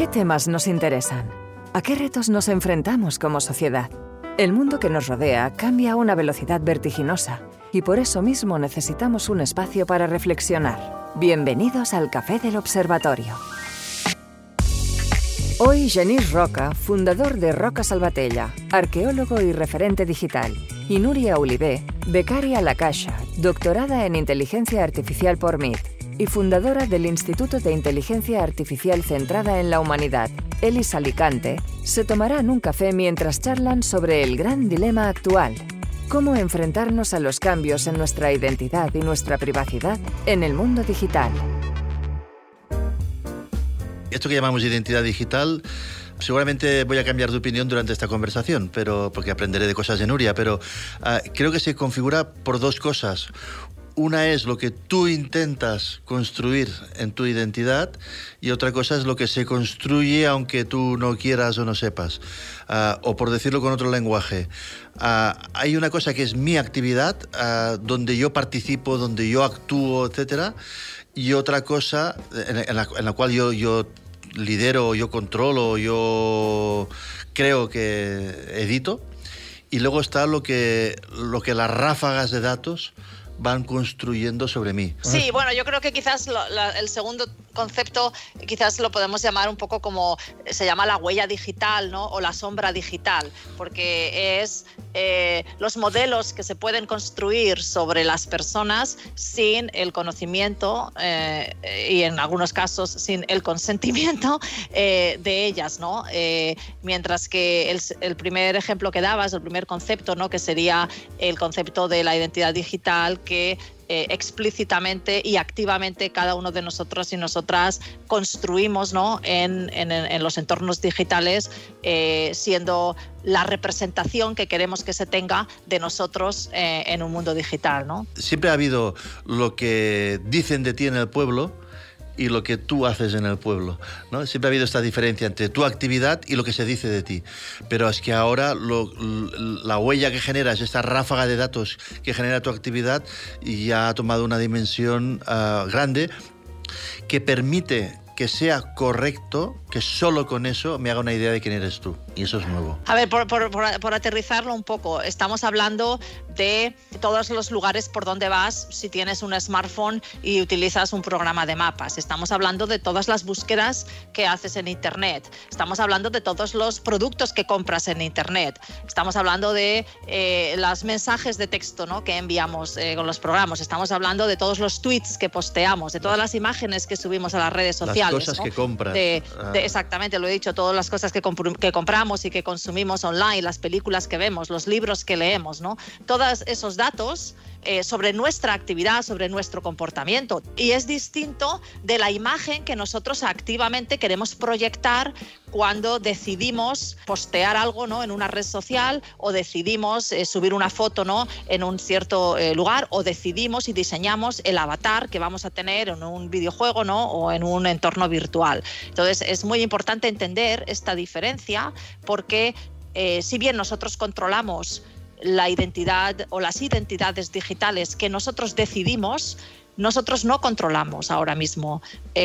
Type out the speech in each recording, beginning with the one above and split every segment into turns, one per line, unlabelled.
¿Qué temas nos interesan? ¿A qué retos nos enfrentamos como sociedad? El mundo que nos rodea cambia a una velocidad vertiginosa y por eso mismo necesitamos un espacio para reflexionar. Bienvenidos al Café del Observatorio. Hoy, Genís Roca, fundador de Roca Salvatella, arqueólogo y referente digital, y Núria Oliver, becaria La Caixa, doctorada en Inteligencia Artificial por MIT y fundadora del Instituto de Inteligencia Artificial Centrada en la Humanidad, ELIS Alicante, se tomarán un café mientras charlan sobre el gran dilema actual: cómo enfrentarnos a los cambios en nuestra identidad y nuestra privacidad en el mundo digital.
Esto que llamamos identidad digital, seguramente voy a cambiar de opinión durante esta conversación, porque aprenderé de cosas de Núria, pero creo que se configura por dos cosas. Una es lo que tú intentas construir en tu identidad y otra cosa es lo que se construye aunque tú no quieras o no sepas. O por decirlo con otro lenguaje, hay una cosa que es mi actividad, donde yo participo, donde yo actúo, etcétera, y otra cosa en la cual yo lidero, yo controlo, yo creo que edito, y luego está lo que las ráfagas de datos van construyendo sobre mí.
Sí, bueno, yo creo que quizás el segundo concepto quizás lo podemos llamar un poco como se llama la huella digital, ¿no? O la sombra digital, porque es los modelos que se pueden construir sobre las personas sin el conocimiento y en algunos casos sin el consentimiento de ellas, ¿no? Mientras que el primer ejemplo que dabas, el primer concepto, ¿no? Que sería el concepto de la identidad digital, que explícitamente y activamente cada uno de nosotros y nosotras construimos, ¿no? en los entornos digitales, siendo la representación que queremos que se tenga de nosotros en un mundo digital, ¿no?
Siempre ha habido lo que dicen de ti en el pueblo y lo que tú haces en el pueblo, ¿no? Siempre ha habido esta diferencia entre tu actividad y lo que se dice de ti. Pero es que ahora la huella que generas, esta ráfaga de datos que genera tu actividad, ya ha tomado una dimensión grande que permite que sea correcto, que solo con eso me haga una idea de quién eres tú. Y eso es nuevo.
A ver, por aterrizarlo un poco, estamos hablando de todos los lugares por donde vas si tienes un smartphone y utilizas un programa de mapas. Estamos hablando de todas las búsquedas que haces en Internet. Estamos hablando de todos los productos que compras en Internet. Estamos hablando de los mensajes de texto, ¿no? Que enviamos con los programas. Estamos hablando de todos los tweets que posteamos, de todas las imágenes que subimos a las redes sociales.
Las cosas, ¿no? Que compras.
Exactamente, lo he dicho, todas las cosas que compramos y que consumimos online, las películas que vemos, los libros que leemos, ¿no? Todos esos datos sobre nuestra actividad, sobre nuestro comportamiento. Y es distinto de la imagen que nosotros activamente queremos proyectar cuando decidimos postear algo, ¿no? En una red social, o decidimos subir una foto, ¿no? En un cierto lugar, o decidimos y diseñamos el avatar que vamos a tener en un videojuego, ¿no? O en un entorno virtual. Entonces es muy importante entender esta diferencia, porque si bien nosotros controlamos la identidad o las identidades digitales que nosotros decidimos, nosotros no controlamos ahora mismo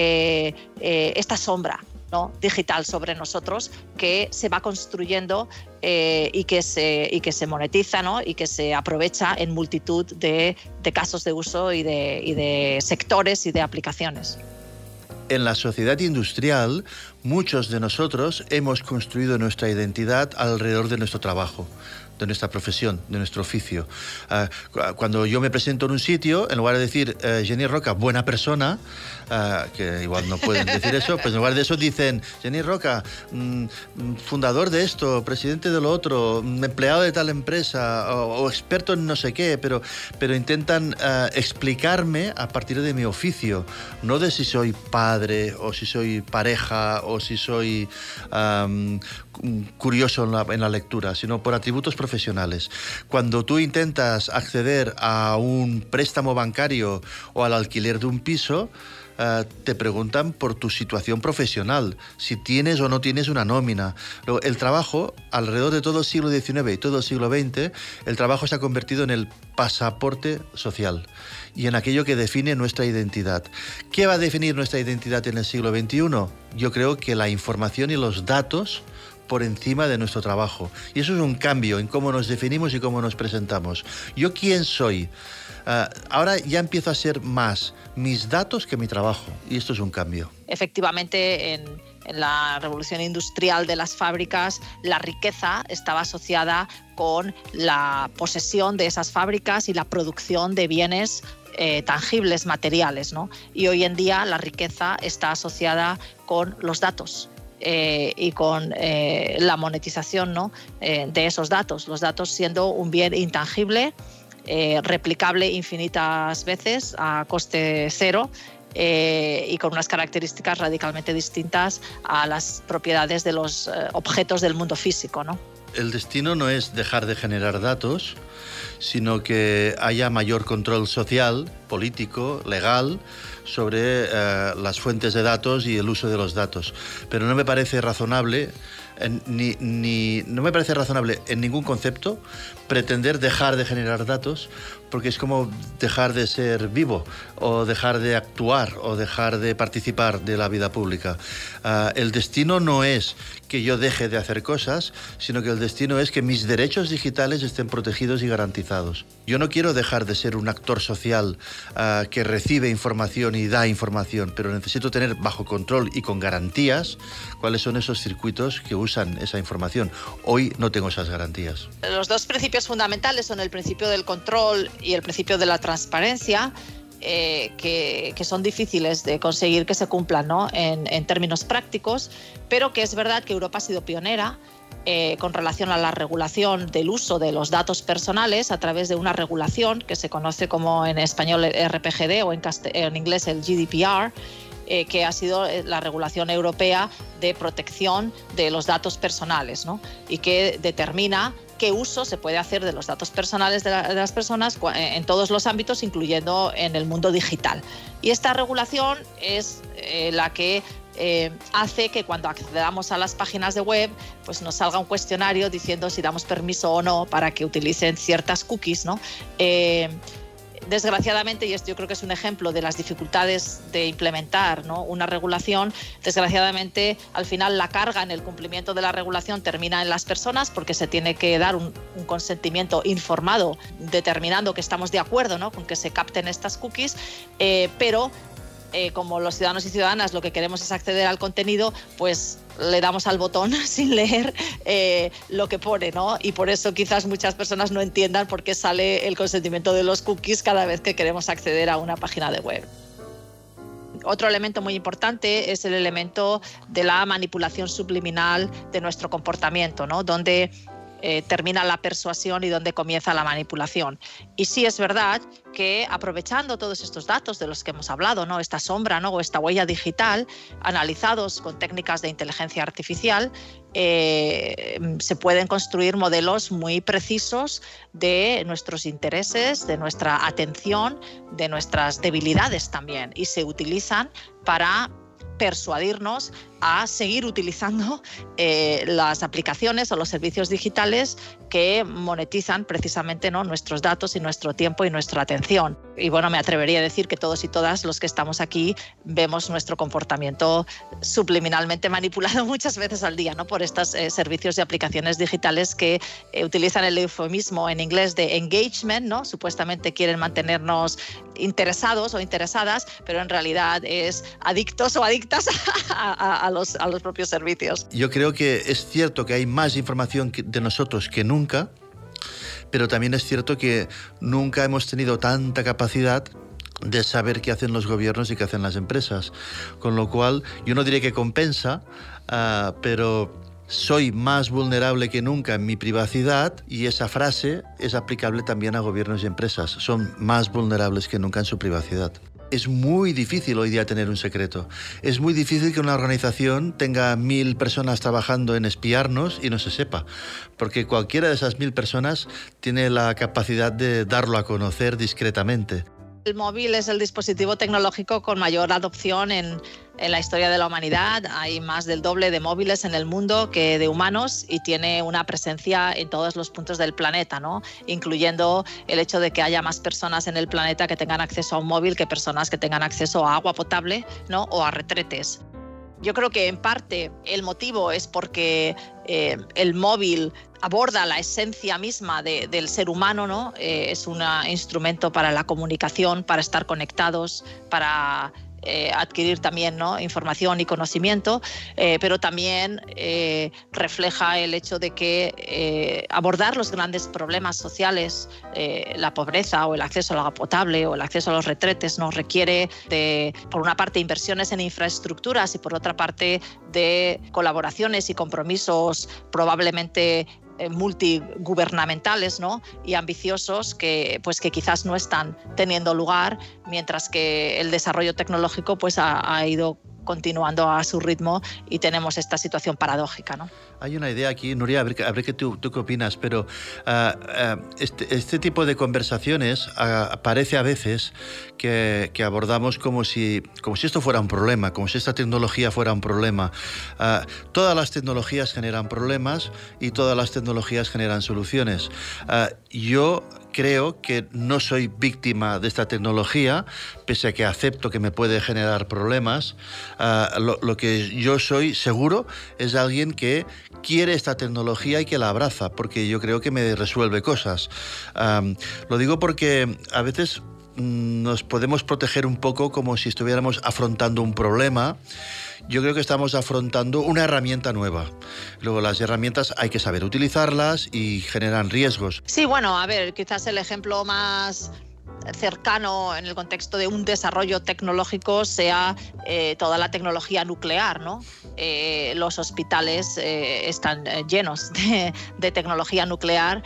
esta sombra, ¿no? Digital sobre nosotros, que se va construyendo y que se monetiza, ¿no? Y que se aprovecha en multitud de casos de uso y de sectores y de aplicaciones.
En la sociedad industrial, muchos de nosotros hemos construido nuestra identidad alrededor de nuestro trabajo, de nuestra profesión, de nuestro oficio. Cuando yo me presento en un sitio, en lugar de decir Genís Roca, buena persona, que igual no pueden decir eso, pues en lugar de eso dicen Genís Roca, fundador de esto, presidente de lo otro, empleado de tal empresa, o experto en no sé qué, pero intentan explicarme a partir de mi oficio, no de si soy padre, o si soy pareja, o si soy curioso en la lectura, sino por atributos profesionales. Cuando tú intentas acceder a un préstamo bancario o al alquiler de un piso, te preguntan por tu situación profesional, si tienes o no tienes una nómina. Luego, el trabajo, alrededor de todo el siglo XIX y todo el siglo XX, el trabajo se ha convertido en el pasaporte social y en aquello que define nuestra identidad. ¿Qué va a definir nuestra identidad en el siglo XXI? Yo creo que la información y los datos por encima de nuestro trabajo. Y eso es un cambio en cómo nos definimos y cómo nos presentamos. ¿Yo quién soy? Ahora ya empiezo a ser más mis datos que mi trabajo. Y esto es un cambio.
Efectivamente, en la revolución industrial de las fábricas, la riqueza estaba asociada con la posesión de esas fábricas y la producción de bienes tangibles, materiales, ¿no? Y hoy en día la riqueza está asociada con los datos. Y con la monetización, ¿no? De esos datos, los datos siendo un bien intangible, replicable infinitas veces a coste cero y con unas características radicalmente distintas a las propiedades de los objetos del mundo físico, ¿no?
El destino no es dejar de generar datos, sino que haya mayor control social, político, legal, sobre las fuentes de datos y el uso de los datos. Pero no me parece razonable, no me parece razonable en ningún concepto pretender dejar de generar datos, porque es como dejar de ser vivo o dejar de actuar o dejar de participar de la vida pública. El destino no es que yo deje de hacer cosas, sino que el destino es que mis derechos digitales estén protegidos y garantizados. Yo no quiero dejar de ser un actor social que recibe información y da información, pero necesito tener bajo control y con garantías cuáles son esos circuitos que usan esa información. Hoy no tengo esas garantías.
Los dos principios fundamentales son el principio del control y el principio de la transparencia, que son difíciles de conseguir que se cumplan, ¿no? en términos prácticos, pero que es verdad que Europa ha sido pionera con relación a la regulación del uso de los datos personales a través de una regulación que se conoce como en español el RPGD o en inglés el GDPR, que ha sido la regulación europea de protección de los datos personales, ¿no? Y que determina qué uso se puede hacer de los datos personales de las personas en todos los ámbitos, incluyendo en el mundo digital. Y esta regulación es la que hace que cuando accedamos a las páginas de web, pues nos salga un cuestionario diciendo si damos permiso o no para que utilicen ciertas cookies, ¿no? Desgraciadamente, y esto yo creo que es un ejemplo de las dificultades de implementar, ¿no? Una regulación, desgraciadamente al final la carga en el cumplimiento de la regulación termina en las personas porque se tiene que dar un consentimiento informado determinando que estamos de acuerdo, ¿no? Con que se capten estas cookies, pero como los ciudadanos y ciudadanas lo que queremos es acceder al contenido, pues le damos al botón sin leer lo que pone, ¿no? Y por eso quizás muchas personas no entiendan por qué sale el consentimiento de los cookies cada vez que queremos acceder a una página de web. Otro elemento muy importante es el elemento de la manipulación subliminal de nuestro comportamiento, ¿no? Donde termina la persuasión y donde comienza la manipulación. Y sí es verdad que aprovechando todos estos datos de los que hemos hablado, ¿no? Esta sombra, ¿no? O esta huella digital, analizados con técnicas de inteligencia artificial, se pueden construir modelos muy precisos de nuestros intereses, de nuestra atención, de nuestras debilidades también, y se utilizan para persuadirnos a seguir utilizando las aplicaciones o los servicios digitales que monetizan precisamente, ¿no? nuestros datos y nuestro tiempo y nuestra atención. Y bueno, me atrevería a decir que todos y todas los que estamos aquí vemos nuestro comportamiento subliminalmente manipulado muchas veces al día, ¿no? Por estos servicios y aplicaciones digitales que utilizan el eufemismo en inglés de engagement, ¿no? Supuestamente quieren mantenernos interesados o interesadas, pero en realidad es adictos o adictas a los propios servicios.
Yo creo que es cierto que hay más información de nosotros que nunca, pero también es cierto que nunca hemos tenido tanta capacidad de saber qué hacen los gobiernos y qué hacen las empresas. Con lo cual, yo no diré que compensa, pero soy más vulnerable que nunca en mi privacidad, y esa frase es aplicable también a gobiernos y empresas. Son más vulnerables que nunca en su privacidad. Es muy difícil hoy día tener un secreto. Es muy difícil que una organización tenga 1000 personas trabajando en espiarnos y no se sepa, porque cualquiera de esas 1000 personas tiene la capacidad de darlo a conocer discretamente.
El móvil es el dispositivo tecnológico con mayor adopción en la historia de la humanidad. Hay más del doble de móviles en el mundo que de humanos y tiene una presencia en todos los puntos del planeta, ¿no? Incluyendo el hecho de que haya más personas en el planeta que tengan acceso a un móvil que personas que tengan acceso a agua potable, ¿no? O a retretes. Yo creo que en parte el motivo es porque el móvil aborda la esencia misma del ser humano, ¿no? Es un instrumento para la comunicación, para estar conectados, para adquirir también, ¿no? Información y conocimiento, pero también refleja el hecho de que abordar los grandes problemas sociales, la pobreza o el acceso al agua potable o el acceso a los retretes, nos requiere de, por una parte, inversiones en infraestructuras y por otra parte, de colaboraciones y compromisos probablemente multigubernamentales, ¿no? Y ambiciosos que quizás no están teniendo lugar, mientras que el desarrollo tecnológico pues ha ido continuando a su ritmo y tenemos esta situación paradójica, ¿no?
Hay una idea aquí, Nuria, a ver qué tú qué opinas, pero este tipo de conversaciones parece a veces que abordamos como si esto fuera un problema, como si esta tecnología fuera un problema. Todas las tecnologías generan problemas y todas las tecnologías generan soluciones. Yo creo que no soy víctima de esta tecnología, pese a que acepto que me puede generar problemas. Lo que yo soy seguro es alguien que quiere esta tecnología y que la abraza, porque yo creo que me resuelve cosas. Lo digo porque a veces nos podemos proteger un poco como si estuviéramos afrontando un problema. Yo creo que estamos afrontando una herramienta nueva. Luego, las herramientas hay que saber utilizarlas y generan riesgos.
Sí, bueno, a ver, quizás el ejemplo más cercano en el contexto de un desarrollo tecnológico sea toda la tecnología nuclear, ¿no? Los hospitales están llenos de tecnología nuclear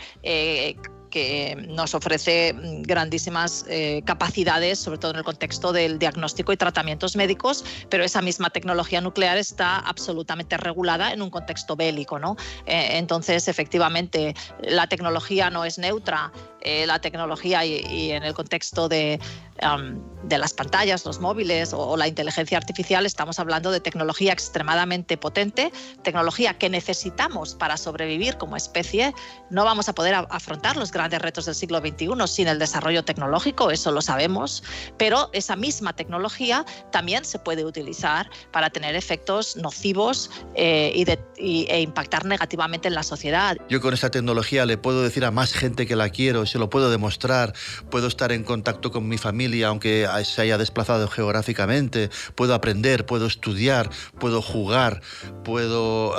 que nos ofrece grandísimas capacidades, sobre todo en el contexto del diagnóstico y tratamientos médicos, pero esa misma tecnología nuclear está absolutamente regulada en un contexto bélico, ¿no? Entonces, efectivamente, la tecnología no es neutra. La tecnología y en el contexto de las pantallas, los móviles o la inteligencia artificial, estamos hablando de tecnología extremadamente potente, tecnología que necesitamos para sobrevivir como especie. No vamos a poder afrontar los grandes retos del siglo XXI sin el desarrollo tecnológico, eso lo sabemos, pero esa misma tecnología también se puede utilizar para tener efectos nocivos e impactar negativamente en la sociedad.
Yo con esta tecnología le puedo decir a más gente que la quiero, se lo puedo demostrar, puedo estar en contacto con mi familia aunque se haya desplazado geográficamente, puedo aprender, puedo estudiar, puedo jugar, puedo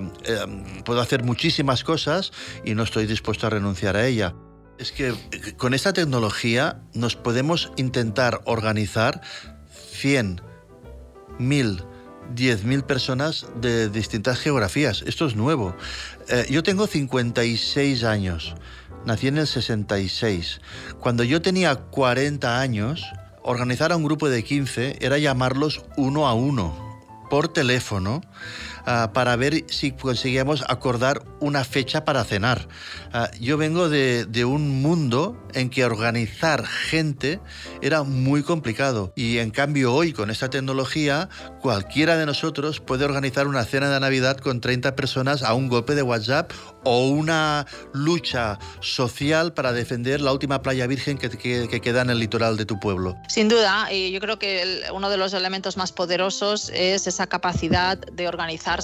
hacer muchísimas cosas y no estoy dispuesto a renunciar a ella. Es que con esta tecnología nos podemos intentar organizar 100, 1000, 10.000 personas de distintas geografías. Esto es nuevo. Yo tengo 56 años. Nací en el 66. Cuando yo tenía 40 años, organizar a un grupo de 15 era llamarlos uno a uno, por teléfono, para ver si conseguíamos acordar una fecha para cenar. Yo vengo de un mundo en que organizar gente era muy complicado y en cambio hoy con esta tecnología cualquiera de nosotros puede organizar una cena de Navidad con 30 personas a un golpe de WhatsApp o una lucha social para defender la última playa virgen que queda en el litoral de tu pueblo.
Sin duda, y yo creo que uno de los elementos más poderosos es esa capacidad de organizarse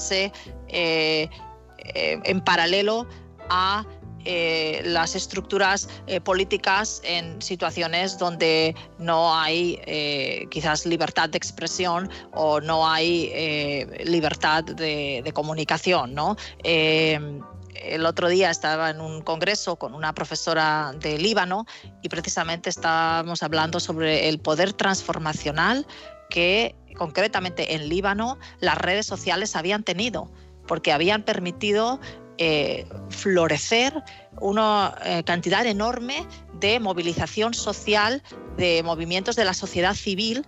en paralelo a las estructuras políticas en situaciones donde no hay quizás libertad de expresión o no hay libertad de comunicación, ¿no? El otro día estaba en un congreso con una profesora de Líbano y precisamente estábamos hablando sobre el poder transformacional que concretamente en Líbano las redes sociales habían tenido, porque habían permitido florecer una cantidad enorme de movilización social, de movimientos de la sociedad civil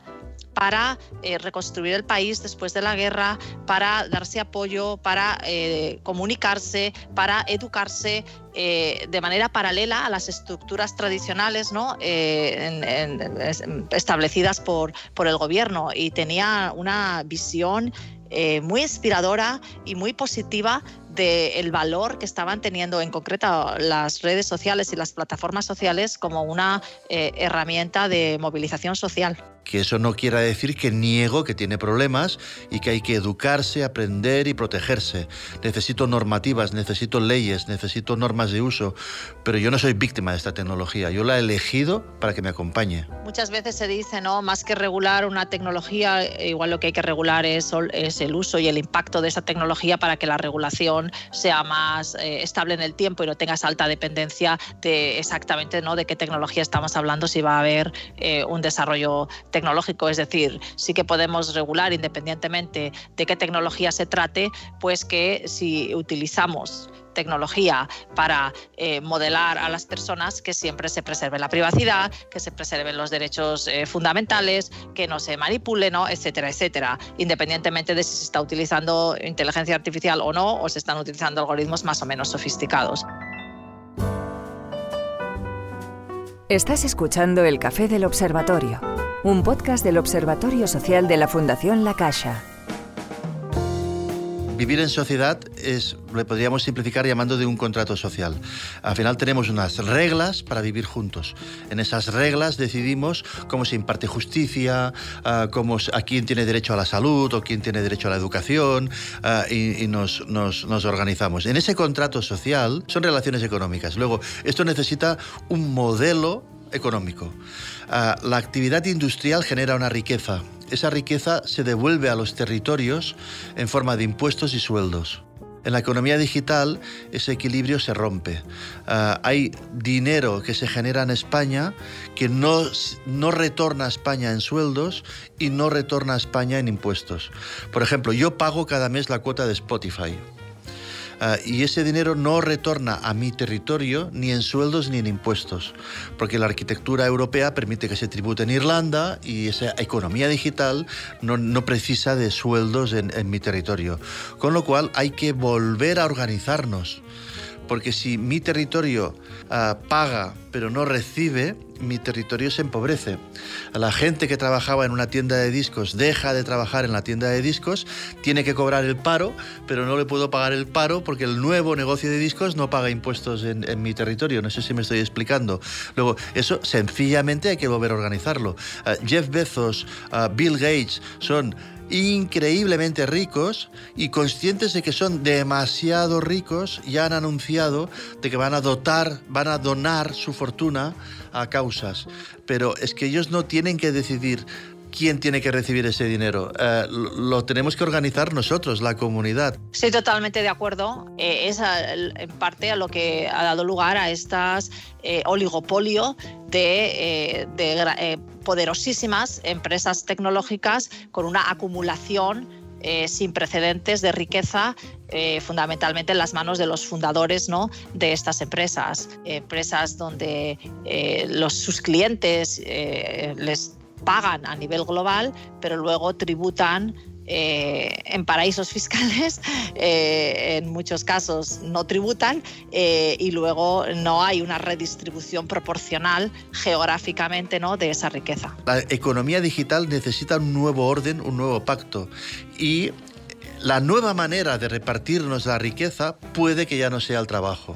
para reconstruir el país después de la guerra, para darse apoyo, para comunicarse, para educarse de manera paralela a las estructuras tradicionales, ¿no? Establecidas por el gobierno, y tenía una visión muy inspiradora y muy positiva del valor que estaban teniendo en concreto las redes sociales y las plataformas sociales como una herramienta de movilización social.
Que eso no quiera decir que niego que tiene problemas y que hay que educarse, aprender y protegerse. Necesito normativas, necesito leyes, necesito normas de uso, pero yo no soy víctima de esta tecnología, yo la he elegido para que me acompañe.
Muchas veces se dice, ¿no?, más que regular una tecnología, igual lo que hay que regular es el uso y el impacto de esa tecnología para que la regulación sea más estable en el tiempo y no tengas alta dependencia de exactamente, ¿no?, de qué tecnología estamos hablando, si va a haber un desarrollo tecnológico. Es decir, sí que podemos regular independientemente de qué tecnología se trate, pues que si utilizamos tecnología para modelar a las personas, que siempre se preserve la privacidad, que se preserven los derechos fundamentales, que no se manipule, ¿no?, etcétera, etcétera, independientemente de si se está utilizando inteligencia artificial o no, o se están utilizando algoritmos más o menos sofisticados.
Estás escuchando El Café del Observatorio, un podcast del Observatorio Social de la Fundación La Caixa.
Vivir en sociedad lo podríamos simplificar llamando de un contrato social. Al final tenemos unas reglas para vivir juntos. En esas reglas decidimos cómo se imparte justicia, a quién tiene derecho a la salud o quién tiene derecho a la educación, y nos organizamos. En ese contrato social son relaciones económicas. Luego, esto necesita un modelo económico. La actividad industrial genera una riqueza. Esa riqueza se devuelve a los territorios en forma de impuestos y sueldos. En la economía digital ese equilibrio se rompe. Hay dinero que se genera en España que no retorna a España en sueldos y no retorna a España en impuestos. Por ejemplo, yo pago cada mes la cuota de Spotify. Y ese dinero no retorna a mi territorio ni en sueldos ni en impuestos, porque la arquitectura europea permite que se tribute en Irlanda y esa economía digital no precisa de sueldos en mi territorio. Con lo cual hay que volver a organizarnos, porque si mi territorio paga pero no recibe, mi territorio se empobrece. La gente que trabajaba en una tienda de discos deja de trabajar en la tienda de discos, tiene que cobrar el paro, pero no le puedo pagar el paro porque el nuevo negocio de discos no paga impuestos en mi territorio. No sé si me estoy explicando. Luego, eso sencillamente hay que volver a organizarlo. Jeff Bezos, Bill Gates son increíblemente ricos y conscientes de que son demasiado ricos, ya han anunciado de que van a donar su fortuna a causas, pero es que ellos no tienen que decidir quién tiene que recibir ese dinero. Lo tenemos que organizar nosotros, la comunidad.
Estoy totalmente de acuerdo. Es en parte a lo que ha dado lugar a estas oligopolio de poderosísimas empresas tecnológicas con una acumulación sin precedentes de riqueza, fundamentalmente en las manos de los fundadores, ¿no?, de estas empresas. Empresas donde sus clientes les pagan a nivel global, pero luego tributan en paraísos fiscales, en muchos casos no tributan, y luego no hay una redistribución proporcional geográficamente, ¿no?, de esa riqueza.
La economía digital necesita un nuevo orden, un nuevo pacto, y la nueva manera de repartirnos la riqueza puede que ya no sea el trabajo.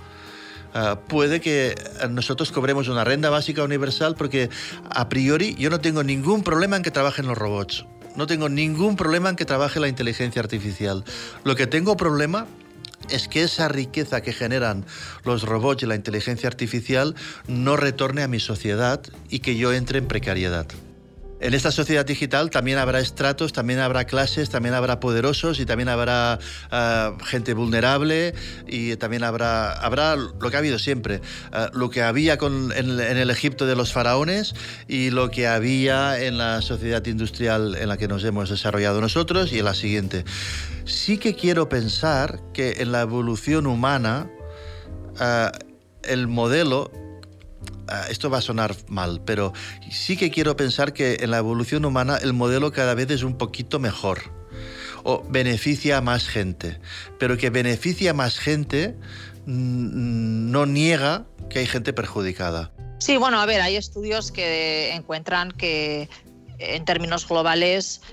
Puede que nosotros cobremos una renta básica universal porque a priori yo no tengo ningún problema en que trabajen los robots. No tengo ningún problema en que trabaje la inteligencia artificial. Lo que tengo problema es que esa riqueza que generan los robots y la inteligencia artificial no retorne a mi sociedad y que yo entre en precariedad. En esta sociedad digital también habrá estratos, también habrá clases, también habrá poderosos y también habrá gente vulnerable y también habrá lo que ha habido siempre, lo que había en el Egipto de los faraones y lo que había en la sociedad industrial en la que nos hemos desarrollado nosotros y en la siguiente. Sí que quiero pensar que en la evolución humana el modelo esto va a sonar mal, pero sí que quiero pensar que en la evolución humana el modelo cada vez es un poquito mejor o beneficia a más gente, pero que beneficia a más gente no niega que hay gente perjudicada.
Sí, bueno, a ver, hay estudios que encuentran que en términos globales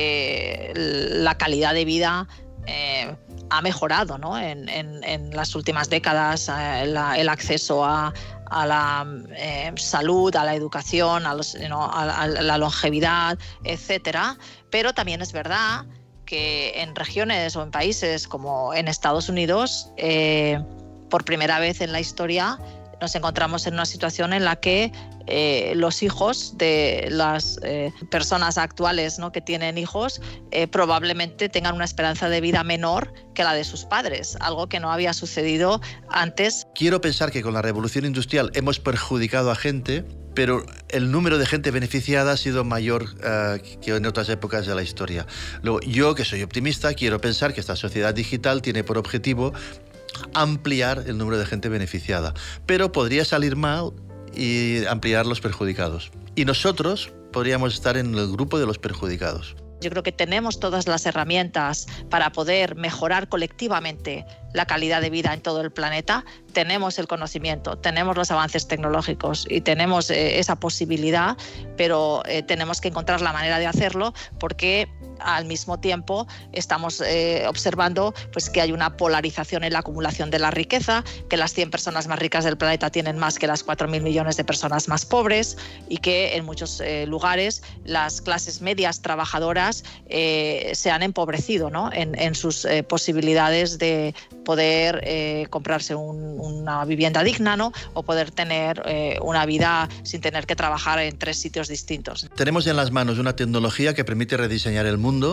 la calidad de vida ha mejorado, ¿no? En las últimas décadas, el acceso a la salud, a la educación, a la longevidad, etcétera. Pero también es verdad que en regiones o en países como en Estados Unidos, por primera vez en la historia, nos encontramos en una situación en la que los hijos de las personas actuales, ¿no?, que tienen hijos probablemente tengan una esperanza de vida menor que la de sus padres, algo que no había sucedido antes.
Quiero pensar que con la revolución industrial hemos perjudicado a gente, pero el número de gente beneficiada ha sido mayor que en otras épocas de la historia. Luego, yo, que soy optimista, quiero pensar que esta sociedad digital tiene por objetivo ampliar el número de gente beneficiada, pero podría salir mal y ampliar los perjudicados. Y nosotros podríamos estar en el grupo de los perjudicados.
Yo creo que tenemos todas las herramientas para poder mejorar colectivamente la calidad de vida en todo el planeta. Tenemos el conocimiento, tenemos los avances tecnológicos y tenemos esa posibilidad, pero tenemos que encontrar la manera de hacerlo, porque al mismo tiempo estamos observando pues, que hay una polarización en la acumulación de la riqueza, que las 100 personas más ricas del planeta tienen más que las 4.000 millones de personas más pobres, y que en muchos lugares las clases medias trabajadoras se han empobrecido, ¿no?, en sus posibilidades de poder comprarse una vivienda digna, ¿no?, o poder tener una vida sin tener que trabajar en 3 sitios distintos.
Tenemos en las manos una tecnología que permite rediseñar el mundo.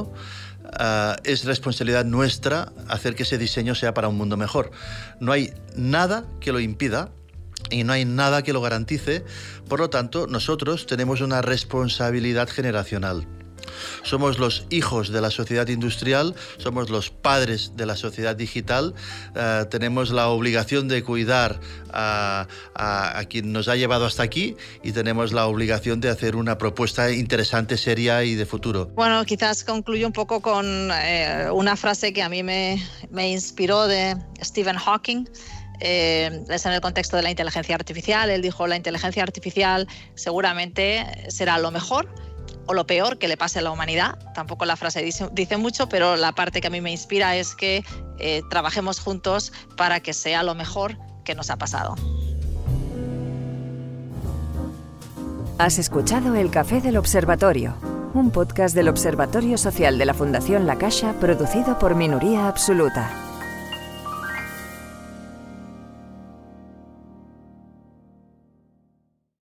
Es responsabilidad nuestra hacer que ese diseño sea para un mundo mejor. No hay nada que lo impida y no hay nada que lo garantice. Por lo tanto, nosotros tenemos una responsabilidad generacional. Somos los hijos de la sociedad industrial, somos los padres de la sociedad digital, tenemos la obligación de cuidar a quien nos ha llevado hasta aquí, y tenemos la obligación de hacer una propuesta interesante, seria y de futuro.
Bueno, quizás concluyo un poco con una frase que a mí me inspiró, de Stephen Hawking. Es en el contexto de la inteligencia artificial. Él dijo: la inteligencia artificial seguramente será lo mejor o lo peor que le pase a la humanidad. Tampoco la frase dice mucho, pero la parte que a mí me inspira es que trabajemos juntos para que sea lo mejor que nos ha pasado.
Has escuchado El Café del Observatorio, un podcast del Observatorio Social de la Fundación La Caixa, producido por Minoría Absoluta.